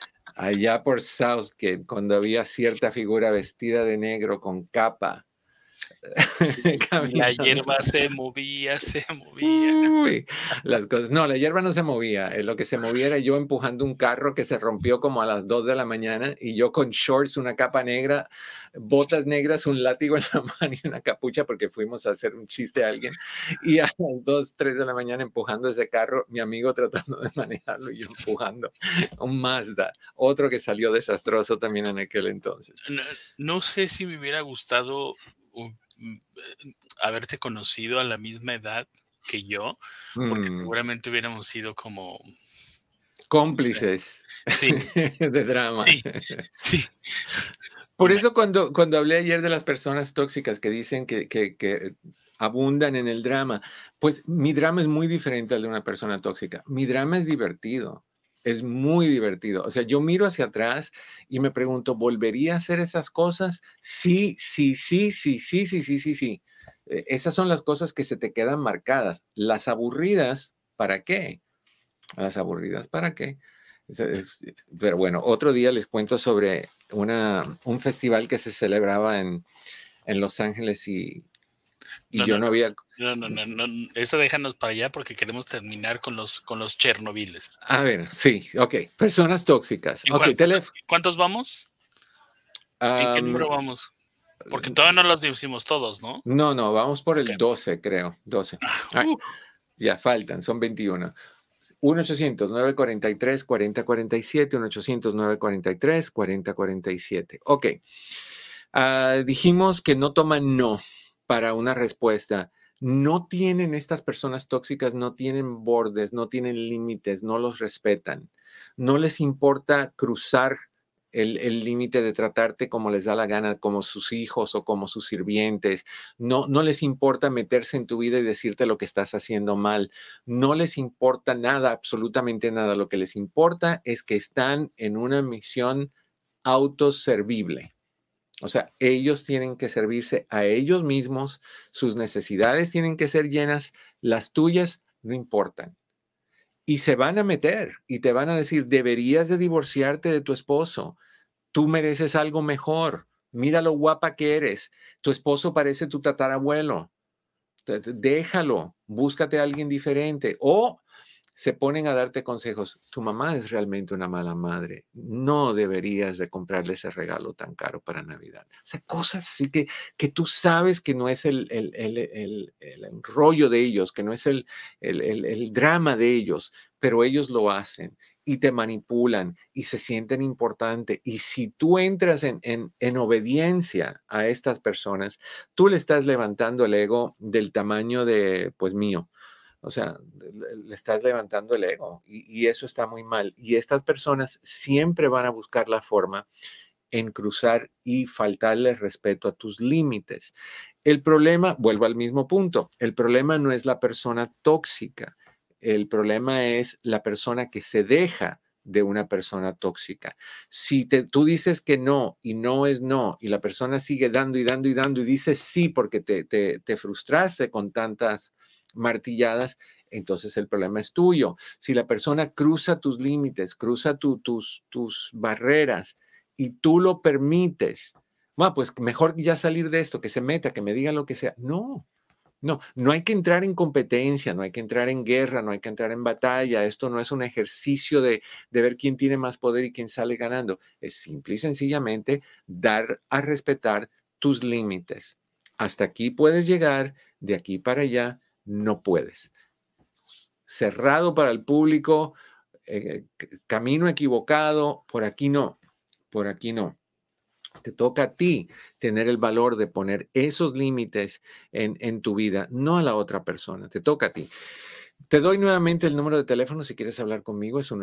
Southgate, cuando había cierta figura vestida de negro con capa Y la caminando. hierba se movía, se movía. Uy, las cosas. No, la hierba no se movía. Lo que se movía era yo empujando un carro que se rompió como a las 2 de la mañana y yo con shorts, una capa negra, botas negras, un látigo en la mano y una capucha porque fuimos a hacer un chiste a alguien. Y a las 2, 3 de la mañana empujando ese carro, mi amigo tratando de manejarlo y yo empujando un Mazda, otro que salió desastroso también en aquel entonces. No sé si me hubiera gustado haberte conocido a la misma edad que yo, porque seguramente hubiéramos sido como cómplices, no sé. Sí. de drama. Sí, sí. Por eso cuando hablé ayer de las personas tóxicas que dicen que abundan en el drama, pues mi drama es muy diferente al de una persona tóxica. Mi drama es divertido, es muy divertido. O sea, yo miro hacia atrás y me pregunto, ¿volvería a hacer esas cosas? Sí, sí, sí, sí, sí, sí, sí, sí, sí. Esas son las cosas que se te quedan marcadas. Las aburridas, ¿para qué? Las aburridas, ¿para qué? Pero bueno, otro día les cuento sobre un festival que se celebraba en Los Ángeles y yo no había... No, eso déjanos para allá porque queremos terminar con los Chernobyles. A ver, sí, ok. Personas tóxicas. Ok, ¿Cuántos vamos? ¿En qué número vamos? Porque todavía no los decimos todos, ¿no? No, vamos por el 12, creo. 12. Ya faltan, son 21. 1-800-943-4047, 1-800-943-4047. Ok. Dijimos que no toman no para una respuesta. No tienen, estas personas tóxicas no tienen bordes, no tienen límites, no los respetan. No les importa cruzar el límite de tratarte como les da la gana, como sus hijos o como sus sirvientes. No les importa meterse en tu vida y decirte lo que estás haciendo mal. No les importa nada, absolutamente nada. Lo que les importa es que están en una misión autoservible. O sea, ellos tienen que servirse a ellos mismos, sus necesidades tienen que ser llenas, las tuyas no importan. Y se van a meter y te van a decir, deberías de divorciarte de tu esposo, tú mereces algo mejor, mira lo guapa que eres, tu esposo parece tu tatarabuelo, déjalo, búscate a alguien diferente. O se ponen a darte consejos. Tu mamá es realmente una mala madre. No deberías de comprarle ese regalo tan caro para Navidad. O sea, cosas así que tú sabes que no es el rollo de ellos, que no es el drama de ellos, pero ellos lo hacen y te manipulan y se sienten importante. Y si tú entras en obediencia a estas personas, tú le estás levantando el ego del tamaño de, pues, mío. O sea, le estás levantando el ego y eso está muy mal. Y estas personas siempre van a buscar la forma en cruzar y faltarle respeto a tus límites. El problema, vuelvo al mismo punto, el problema no es la persona tóxica, el problema es la persona que se deja de una persona tóxica. Si tú dices que no y no es no y la persona sigue dando y dando y dando y dice sí porque te frustraste con tantas martilladas, entonces el problema es tuyo. Si la persona cruza tus límites, cruza tus barreras y tú lo permites, bueno, pues mejor ya salir de esto, que se meta, que me diga lo que sea. No hay que entrar en competencia, no hay que entrar en guerra, no hay que entrar en batalla. Esto no es un ejercicio de ver quién tiene más poder y quién sale ganando. Es simple y sencillamente dar a respetar tus límites. Hasta aquí puedes llegar, de aquí para allá no puedes. Cerrado para el público, camino equivocado, por aquí no, por aquí no. Te toca a ti tener el valor de poner esos límites en tu vida, no a la otra persona, te toca a ti. Te doy nuevamente el número de teléfono si quieres hablar conmigo, es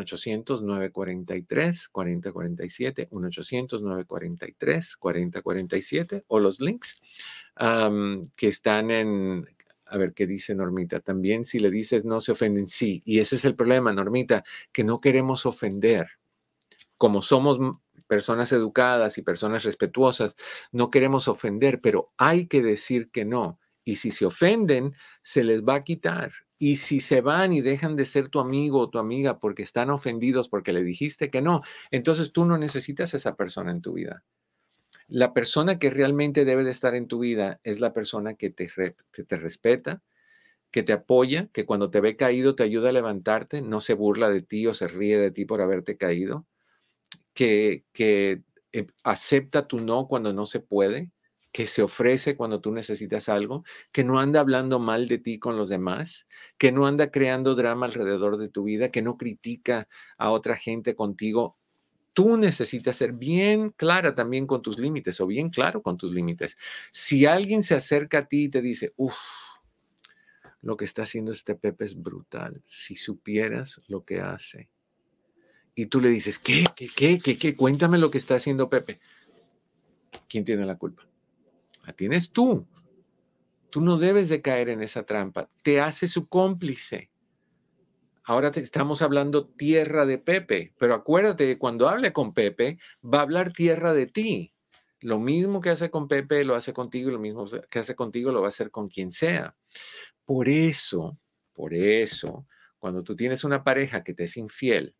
1-800-943-4047, 1-800-943-4047 o los links que están en... A ver, ¿qué dice Normita? También si le dices no se ofenden, sí. Y ese es el problema, Normita, que no queremos ofender. Como somos personas educadas y personas respetuosas, no queremos ofender, pero hay que decir que no. Y si se ofenden, se les va a quitar. Y si se van y dejan de ser tu amigo o tu amiga porque están ofendidos porque le dijiste que no, entonces tú no necesitas a esa persona en tu vida. La persona que realmente debe de estar en tu vida es la persona que te respeta, que te apoya, que cuando te ve caído te ayuda a levantarte, no se burla de ti o se ríe de ti por haberte caído, que acepta tu no cuando no se puede, que se ofrece cuando tú necesitas algo, que no anda hablando mal de ti con los demás, que no anda creando drama alrededor de tu vida, que no critica a otra gente contigo. Tú necesitas ser bien clara también con tus límites o bien claro con tus límites. Si alguien se acerca a ti y te dice, uff, lo que está haciendo este Pepe es brutal, si supieras lo que hace. Y tú le dices, ¿qué? Cuéntame lo que está haciendo Pepe. ¿Quién tiene la culpa? La tienes tú. Tú no debes de caer en esa trampa. Te hace su cómplice. Ahora estamos hablando tierra de Pepe, pero acuérdate que cuando hable con Pepe, va a hablar tierra de ti. Lo mismo que hace con Pepe, lo hace contigo, y lo mismo que hace contigo, lo va a hacer con quien sea. Por eso, cuando tú tienes una pareja que te es infiel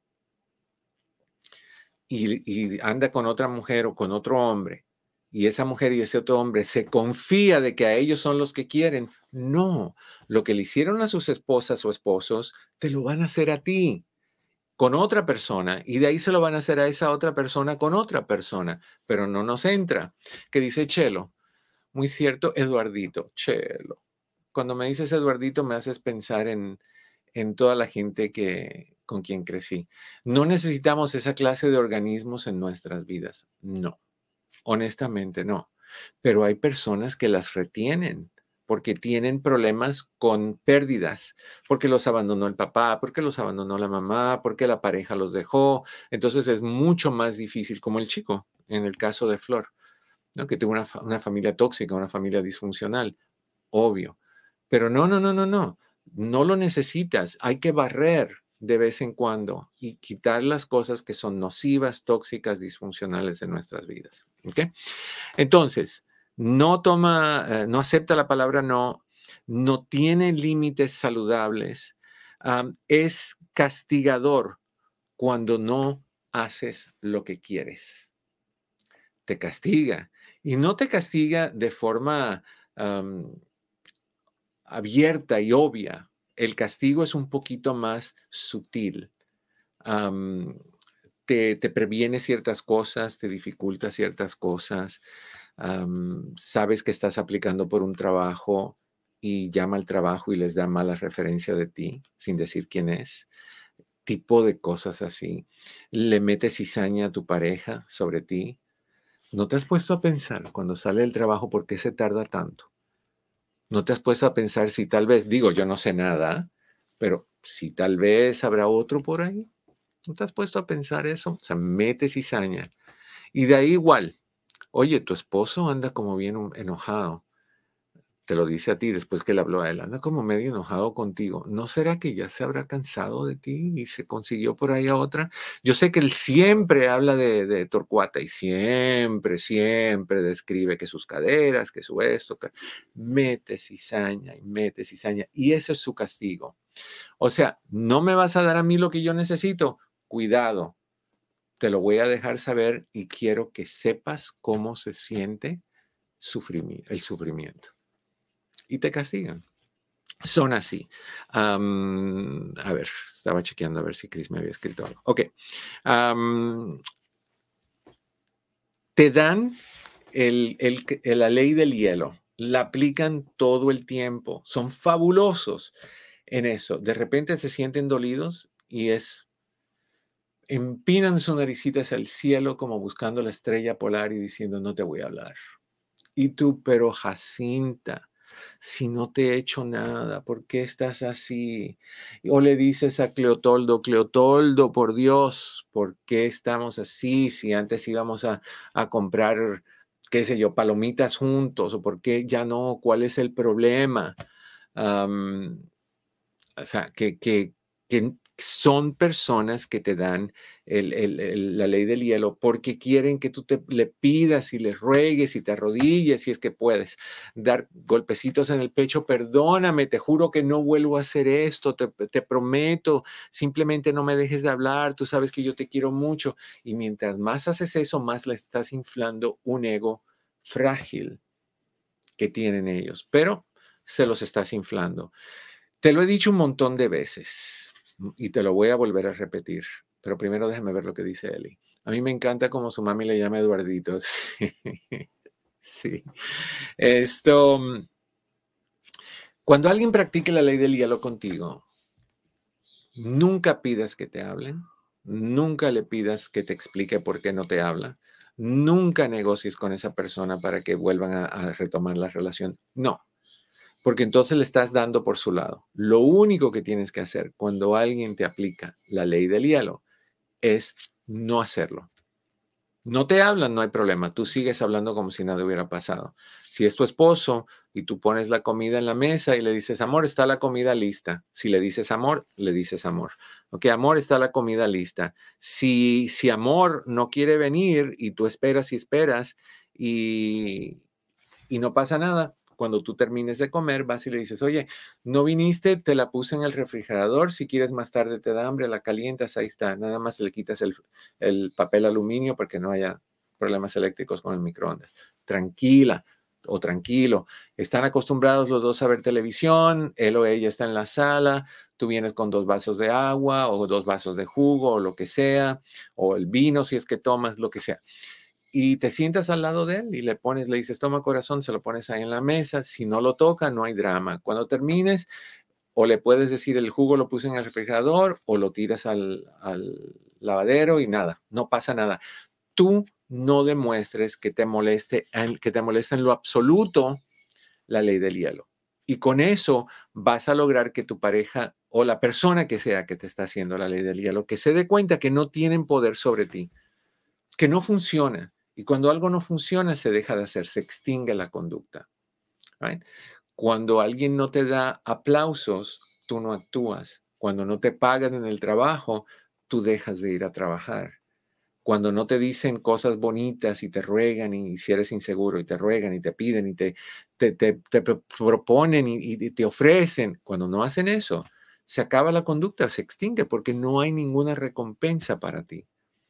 y anda con otra mujer o con otro hombre, y esa mujer y ese otro hombre se confía de que a ellos son los que quieren, no, lo que le hicieron a sus esposas o esposos, te lo van a hacer a ti con otra persona y de ahí se lo van a hacer a esa otra persona con otra persona, pero no nos entra. ¿Qué dice Chelo? Muy cierto, Eduardito, Chelo. Cuando me dices Eduardito me haces pensar en toda la gente con quien crecí. No necesitamos esa clase de organismos en nuestras vidas, no, honestamente no, pero hay personas que las retienen porque tienen problemas con pérdidas, porque los abandonó el papá, porque los abandonó la mamá, porque la pareja los dejó. Entonces es mucho más difícil, como el chico, en el caso de Flor, ¿no? Que tuvo una familia tóxica, una familia disfuncional, obvio. Pero no, no lo necesitas. Hay que barrer de vez en cuando y quitar las cosas que son nocivas, tóxicas, disfuncionales en nuestras vidas. ¿Ok? Entonces, no acepta la palabra no, no tiene límites saludables, es castigador cuando no haces lo que quieres. Te castiga y no te castiga de forma abierta y obvia. El castigo es un poquito más sutil. Te previene ciertas cosas, te dificulta ciertas cosas. Sabes que estás aplicando por un trabajo y llama al trabajo y les da mala referencia de ti, sin decir quién es. Tipo de cosas así. Le metes cizaña a tu pareja sobre ti. ¿No te has puesto a pensar cuando sale del trabajo por qué se tarda tanto? ¿No te has puesto a pensar si tal vez, digo, yo no sé nada, pero si tal vez habrá otro por ahí? ¿No te has puesto a pensar eso? O sea, mete cizaña. Y de ahí igual, oye, tu esposo anda como bien enojado. Te lo dice a ti después que le habló a él, anda como medio enojado contigo. ¿No será que ya se habrá cansado de ti y se consiguió por ahí a otra? Yo sé que él siempre habla de Torcuata y siempre describe que sus caderas, que su esto, que mete cizaña y mete cizaña. Y eso es su castigo. O sea, ¿no me vas a dar a mí lo que yo necesito? Cuidado, te lo voy a dejar saber y quiero que sepas cómo se siente el sufrimiento. Y te castigan. Son así. A ver, estaba chequeando a ver si Chris me había escrito algo. Ok. Te dan la ley del hielo. La aplican todo el tiempo. Son fabulosos en eso. De repente se sienten dolidos y empinan su naricita hacia el cielo como buscando la estrella polar y diciendo, no te voy a hablar. Y tú, pero Jacinta, si no te he hecho nada, ¿por qué estás así? O le dices a Cleotoldo, Cleotoldo, por Dios, ¿por qué estamos así? Si antes íbamos a comprar, qué sé yo, palomitas juntos, o por qué ya no, ¿cuál es el problema? O sea, que son personas que te dan la ley del hielo porque quieren que tú le pidas y le ruegues y te arrodilles si es que puedes. Dar golpecitos en el pecho, perdóname, te juro que no vuelvo a hacer esto, te prometo, simplemente no me dejes de hablar, tú sabes que yo te quiero mucho. Y mientras más haces eso, más le estás inflando un ego frágil que tienen ellos, pero se los estás inflando. Te lo he dicho un montón de veces y te lo voy a volver a repetir, pero primero déjame ver lo que dice Eli. A mí me encanta como su mami le llama Eduardito. Sí. Esto, cuando alguien practique la ley del hielo contigo, nunca pidas que te hablen, nunca le pidas que te explique por qué no te habla, nunca negocies con esa persona para que vuelvan a retomar la relación. No. Porque entonces le estás dando por su lado. Lo único que tienes que hacer cuando alguien te aplica la ley del hielo es no hacerlo. No te hablan, no hay problema. Tú sigues hablando como si nada hubiera pasado. Si es tu esposo y tú pones la comida en la mesa y le dices, amor, está la comida lista. Si le dices amor, le dices amor. Ok, amor, está la comida lista. Si amor no quiere venir y tú esperas y esperas y no pasa nada. Cuando tú termines de comer, vas y le dices, oye, no viniste, te la puse en el refrigerador, si quieres más tarde te da hambre, la calientas, ahí está. Nada más le quitas el papel aluminio para que no haya problemas eléctricos con el microondas. Tranquila o tranquilo. Están acostumbrados los dos a ver televisión, él o ella está en la sala, tú vienes con 2 vasos de agua o 2 vasos de jugo o lo que sea, o el vino si es que tomas, lo que sea. Y te sientas al lado de él y le dices, toma corazón, se lo pones ahí en la mesa. Si no lo toca, no hay drama. Cuando termines, o le puedes decir el jugo lo puse en el refrigerador o lo tiras al lavadero y nada, no pasa nada. Tú no demuestres que te molesta en lo absoluto la ley del hielo. Y con eso vas a lograr que tu pareja o la persona que sea que te está haciendo la ley del hielo, que se dé cuenta que no tienen poder sobre ti, que no funciona. Y cuando algo no funciona, se deja de hacer, se extingue la conducta. Right? Cuando alguien no te da aplausos, tú no actúas. Cuando no te pagan en el trabajo, tú dejas de ir a trabajar. Cuando no te dicen cosas bonitas y te ruegan y si eres inseguro y te ruegan y te piden y te proponen y te ofrecen, cuando no hacen eso, se acaba la conducta, se extingue porque no hay ninguna recompensa para ti.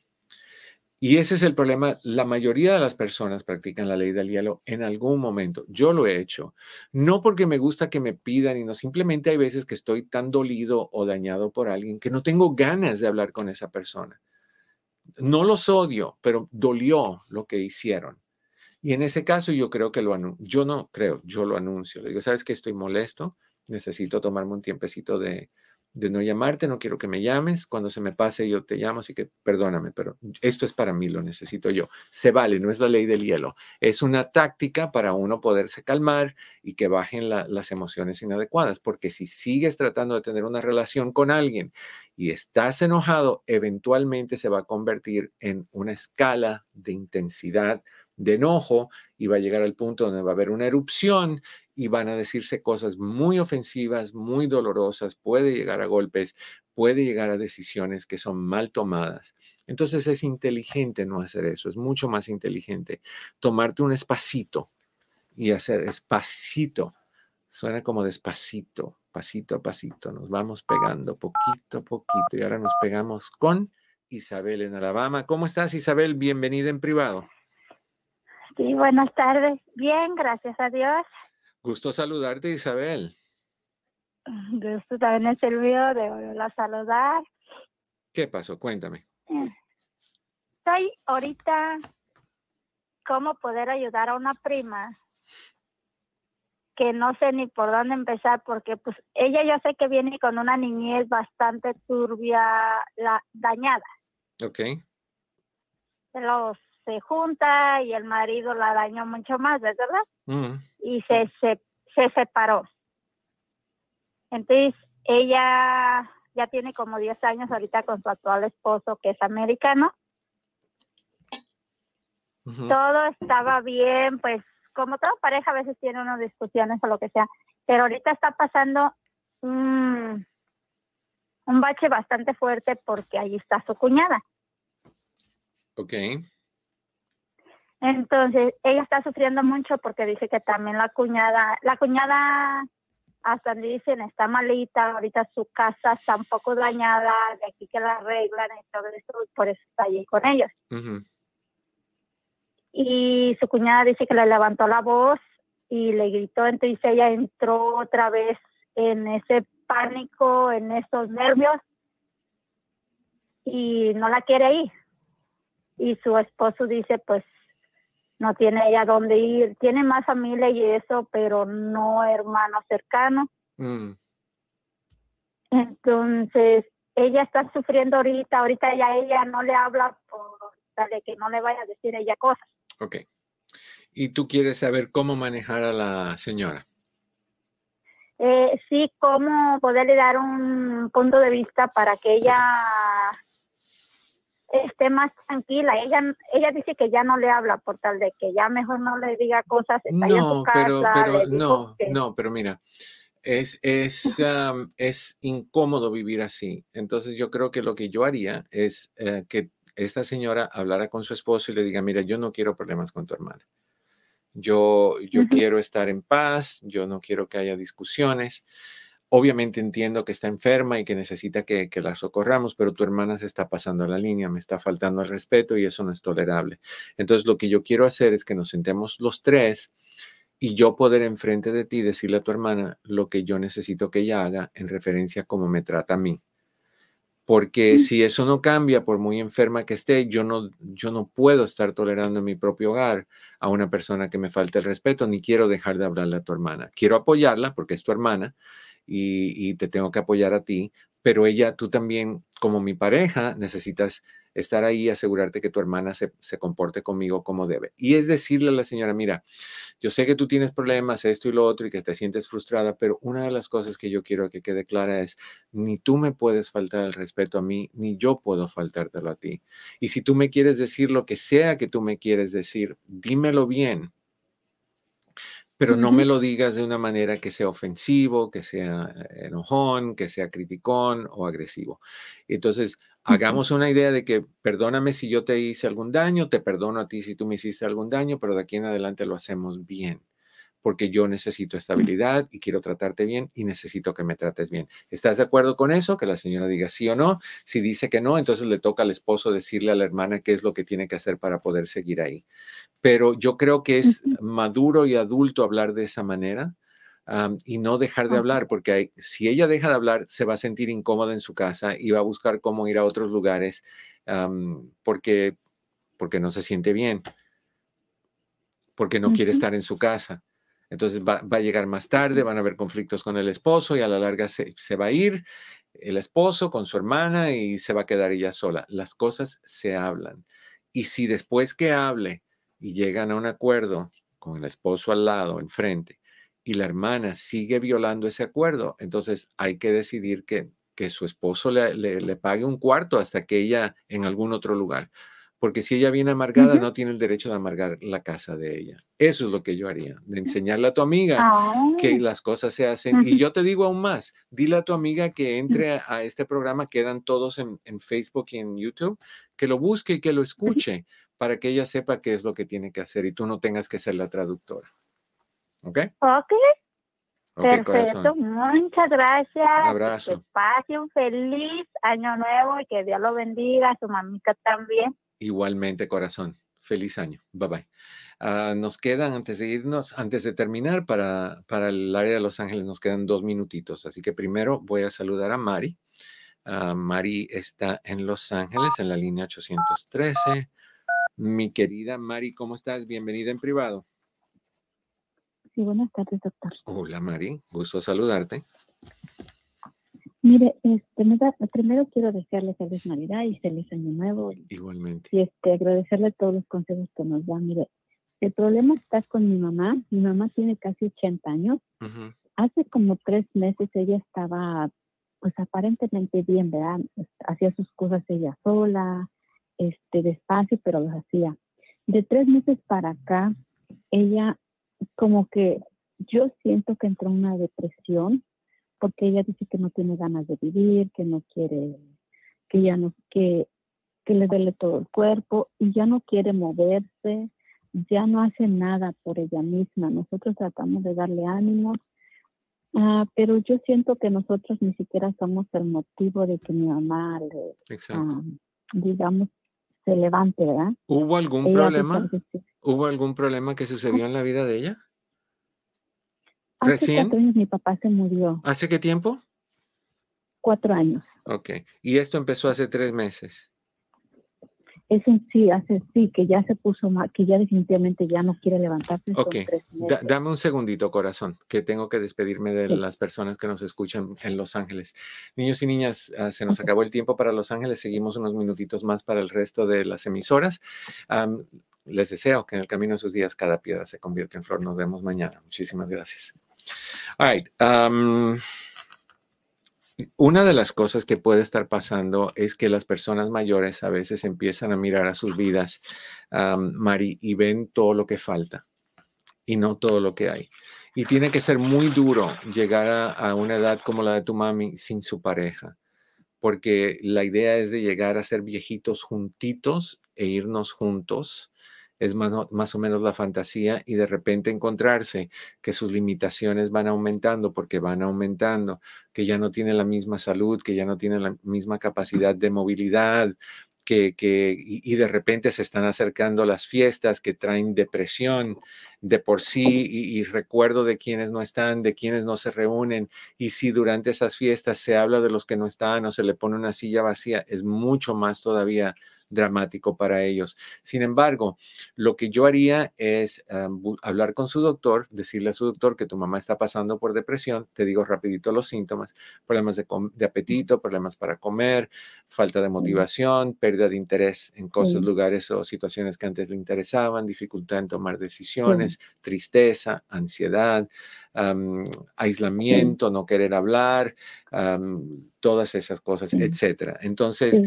Y ese es el problema. La mayoría de las personas practican la ley del hielo en algún momento. Yo lo he hecho. No porque me gusta que me pidan, y no, simplemente hay veces que estoy tan dolido o dañado por alguien que no tengo ganas de hablar con esa persona. No los odio, pero dolió lo que hicieron. Y en ese caso yo creo que yo no creo, yo lo anuncio. Le digo, ¿sabes qué? Estoy molesto, necesito tomarme un tiempecito de no llamarte, no quiero que me llames. Cuando se me pase yo te llamo, así que perdóname, pero esto es para mí, lo necesito yo. Se vale, no es la ley del hielo. Es una táctica para uno poderse calmar y que bajen las emociones inadecuadas, porque si sigues tratando de tener una relación con alguien y estás enojado, eventualmente se va a convertir en una escala de intensidad de enojo y va a llegar al punto donde va a haber una erupción y van a decirse cosas muy ofensivas, muy dolorosas, puede llegar a golpes, puede llegar a decisiones que son mal tomadas. Entonces es inteligente no hacer eso, es mucho más inteligente tomarte un espacito y hacer espacito. Suena como despacito, pasito a pasito, nos vamos pegando poquito a poquito y ahora nos pegamos con Isabel en Alabama. ¿Cómo estás, Isabel? Bienvenida en privado. Sí, buenas tardes. Bien, gracias a Dios. Gusto saludarte, Isabel. Gusto también el servicio de volverla a saludar. ¿Qué pasó? Cuéntame. Estoy ahorita cómo poder ayudar a una prima que no sé ni por dónde empezar porque pues ella yo sé que viene con una niñez bastante turbia, dañada. Ok. Se junta y el marido la dañó mucho más, ¿verdad? Y se separó. Entonces, ella ya tiene como 10 años ahorita con su actual esposo, que es americano. Todo estaba bien, pues, como toda pareja a veces tiene unas discusiones o lo que sea. Pero ahorita está pasando un un bache bastante fuerte porque ahí está su cuñada. Ok. Entonces, ella está sufriendo mucho porque dice que también la cuñada, hasta donde dicen, está malita, ahorita su casa está un poco dañada, de aquí que la arreglan y todo eso, y por eso está allí con ellos. Ujú. Y su cuñada dice que le levantó la voz y le gritó, entonces ella entró otra vez en ese pánico, en esos nervios, y no la quiere ir. Y su esposo dice, pues, no tiene ella dónde ir, tiene más familia y eso, pero no hermano cercano. Mm. Entonces, ella está sufriendo ahorita ya ella no le habla por tal de que no le vaya a decir ella cosas. Ok. ¿Y tú quieres saber cómo manejar a la señora? Sí, cómo poderle dar un punto de vista para que ella esté más tranquila. Ella dice que ya no le habla por tal de que ya mejor no le diga cosas, está ahí en su No, casa, le dijo que... no, pero mira, es incómodo vivir así. Entonces yo creo que lo que yo haría es que esta señora hablara con su esposo y le diga, mira, yo no quiero problemas con tu hermana. Yo quiero estar en paz, yo no quiero que haya discusiones. Obviamente entiendo que está enferma y que necesita que la socorramos, pero tu hermana se está pasando la línea, me está faltando el respeto y eso no es tolerable. Entonces, lo que yo quiero hacer es que nos sentemos los tres y yo poder enfrente de ti decirle a tu hermana lo que yo necesito que ella haga en referencia a cómo me trata a mí. Porque si eso no cambia, por muy enferma que esté, yo no puedo estar tolerando en mi propio hogar a una persona que me falte el respeto, ni quiero dejar de hablarle a tu hermana. Quiero apoyarla porque es tu hermana y te tengo que apoyar a ti, pero tú también, como mi pareja, necesitas estar ahí y asegurarte que tu hermana se comporte conmigo como debe. Y es decirle a la señora, mira, yo sé que tú tienes problemas, esto y lo otro, y que te sientes frustrada, pero una de las cosas que yo quiero que quede clara es, ni tú me puedes faltar el respeto a mí, ni yo puedo faltártelo a ti. Y si tú me quieres decir lo que sea que tú me quieres decir, dímelo bien, pero no me lo digas de una manera que sea ofensivo, que sea enojón, que sea criticón o agresivo. Entonces, hagamos una idea de que perdóname si yo te hice algún daño, te perdono a ti si tú me hiciste algún daño, pero de aquí en adelante lo hacemos bien, porque yo necesito estabilidad y quiero tratarte bien y necesito que me trates bien. ¿Estás de acuerdo con eso? Que la señora diga sí o no. Si dice que no, entonces le toca al esposo decirle a la hermana qué es lo que tiene que hacer para poder seguir ahí. Pero yo creo que es maduro y adulto hablar de esa manera. Y no dejar de hablar, porque si ella deja de hablar, se va a sentir incómoda en su casa y va a buscar cómo ir a otros lugares porque no se siente bien, porque no quiere estar en su casa. Entonces va a llegar más tarde, van a haber conflictos con el esposo y a la larga se va a ir el esposo con su hermana y se va a quedar ella sola. Las cosas se hablan. Y si después que hable y llegan a un acuerdo con el esposo al lado, enfrente, y la hermana sigue violando ese acuerdo, entonces hay que decidir que su esposo le pague un cuarto hasta que ella en algún otro lugar. Porque si ella viene amargada, no tiene el derecho de amargar la casa de ella. Eso es lo que yo haría, de enseñarle a tu amiga que las cosas se hacen. Y yo te digo aún más, dile a tu amiga que entre a este programa, quedan todos en Facebook y en YouTube, que lo busque y que lo escuche para que ella sepa qué es lo que tiene que hacer y tú no tengas que ser la traductora. ¿Ok? Ok, perfecto. Corazón. Muchas gracias. Un abrazo. Que pase un feliz año nuevo y que Dios lo bendiga, a su mamita también. Igualmente, corazón. Feliz año. Bye bye. Nos quedan, antes de irnos, antes de terminar, para el área de Los Ángeles, nos quedan 2 minutitos. Así que primero voy a saludar a Mari. Mari está en Los Ángeles, en la línea 813. Mi querida Mari, ¿cómo estás? Bienvenida en privado. Sí, buenas tardes, doctor. Hola, Mari. Gusto saludarte. Mire, primero quiero desearle feliz Navidad y feliz Año Nuevo. Igualmente. Y agradecerle todos los consejos que nos da. Mire, el problema está con mi mamá. Mi mamá tiene casi 80 años. Hace como 3 meses ella estaba, pues aparentemente bien, ¿verdad? Hacía sus cosas ella sola, despacio, pero las hacía. De 3 meses para acá, ella como que yo siento que entró en una depresión porque ella dice que no tiene ganas de vivir, que no quiere, que ya no, que le duele todo el cuerpo y ya no quiere moverse, ya no hace nada por ella misma. Nosotros tratamos de darle ánimos, pero yo siento que nosotros ni siquiera somos el motivo de que mi mamá, digamos, se levante, ¿verdad? ¿Hubo algún problema? ¿Hubo algún problema que sucedió en la vida de ella? Hace 4 años mi papá se murió. ¿Hace qué tiempo? 4 años. Ok. ¿Y esto empezó hace 3 meses? Eso sí, que ya se puso mal, que ya definitivamente ya no quiere levantarse. Ok, dame un segundito, corazón, que tengo que despedirme de las personas que nos escuchan en Los Ángeles. Niños y niñas, se nos acabó el tiempo para Los Ángeles, seguimos unos minutitos más para el resto de las emisoras. Les deseo que en el camino de sus días cada piedra se convierta en flor. Nos vemos mañana. Muchísimas gracias. All right. Una de las cosas que puede estar pasando es que las personas mayores a veces empiezan a mirar a sus vidas, Mari, y ven todo lo que falta y no todo lo que hay. Y tiene que ser muy duro llegar a una edad como la de tu mami sin su pareja, porque la idea es de llegar a ser viejitos juntitos e irnos juntos. Es más o menos la fantasía, y de repente encontrarse que sus limitaciones van aumentando porque van aumentando, que ya no tiene la misma salud, que ya no tiene la misma capacidad de movilidad, y de repente se están acercando las fiestas que traen depresión de por sí y recuerdo de quienes no están, de quienes no se reúnen, y si durante esas fiestas se habla de los que no están o se le pone una silla vacía, es mucho más todavía dramático para ellos. Sin embargo, lo que yo haría es hablar con su doctor, decirle a su doctor que tu mamá está pasando por depresión. Te digo rapidito los síntomas: problemas de apetito, problemas para comer, falta de motivación, pérdida de interés en cosas, lugares o situaciones que antes le interesaban, dificultad en tomar decisiones, tristeza, ansiedad, aislamiento, no querer hablar, todas esas cosas, etcétera. Entonces,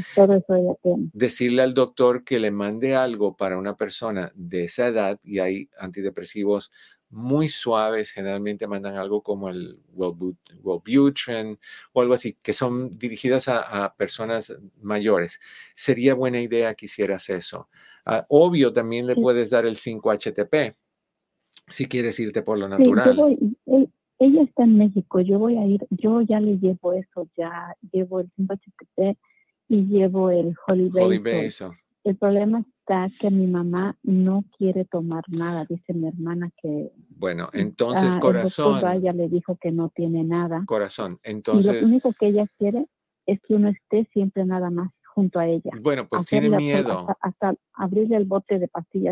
decirle al doctor que le mande algo para una persona de esa edad, y hay antidepresivos muy suaves, generalmente mandan algo como el Wellbutrin o algo así, que son dirigidas a personas mayores. Sería buena idea que hicieras eso. Obvio, también le puedes dar el 5-HTP si quieres irte por lo natural. Ella está en México, yo voy a ir, yo ya le llevo eso, ya llevo el 5-HTP y llevo el Holy Basil. El problema está que mi mamá no quiere tomar nada, dice mi hermana que... Bueno, entonces, corazón... El doctor ya le dijo que no tiene nada. Corazón, entonces... Y lo único que ella quiere es que uno esté siempre nada más junto a ella. Bueno, pues tiene miedo. Hasta abrirle el bote de pastillas.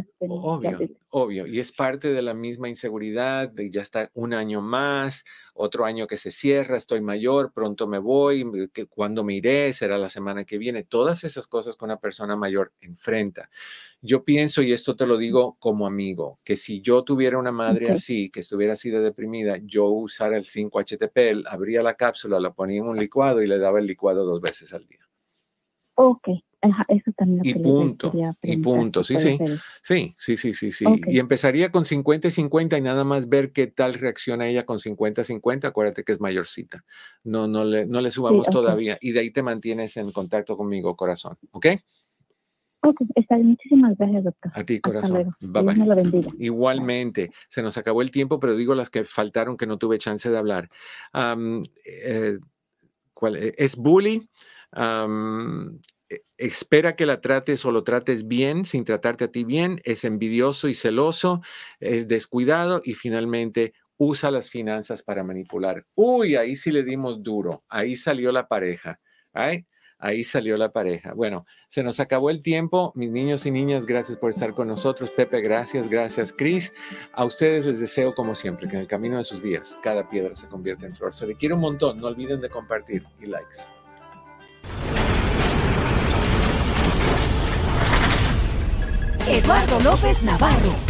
Obvio. Y es parte de la misma inseguridad de ya está un año más, otro año que se cierra, estoy mayor, pronto me voy, ¿cuándo me iré? ¿Será la semana que viene? Todas esas cosas que una persona mayor enfrenta. Yo pienso, y esto te lo digo como amigo, que si yo tuviera una madre así, que estuviera así de deprimida, yo usara el 5-HTP, abría la cápsula, la ponía en un licuado y le daba el licuado 2 veces al día. Ok, eso también. Y punto, sí. Okay. Y empezaría con 50-50 y nada más ver qué tal reacciona ella con 50-50. Acuérdate que es mayorcita. No le subamos todavía. Y de ahí te mantienes en contacto conmigo, corazón. ¿Ok? Ok, está bien. Muchísimas gracias, doctor. A ti, corazón. Bye bye. Dios me lo bendiga. Igualmente. Se nos acabó el tiempo, pero digo las que faltaron que no tuve chance de hablar. ¿Cuál es? Bully. Espera que la trates o lo trates bien sin tratarte a ti bien, es envidioso y celoso, es descuidado y finalmente usa las finanzas para manipular. Uy, ahí sí le dimos duro, ahí salió la pareja, ahí salió la pareja. Bueno, se nos acabó el tiempo, mis niños y niñas, gracias por estar con nosotros. Pepe, gracias, Cris. A ustedes les deseo como siempre que en el camino de sus vidas cada piedra se convierta en flor. Se le quiere un montón, no olviden de compartir y likes. Eduardo López Navarro.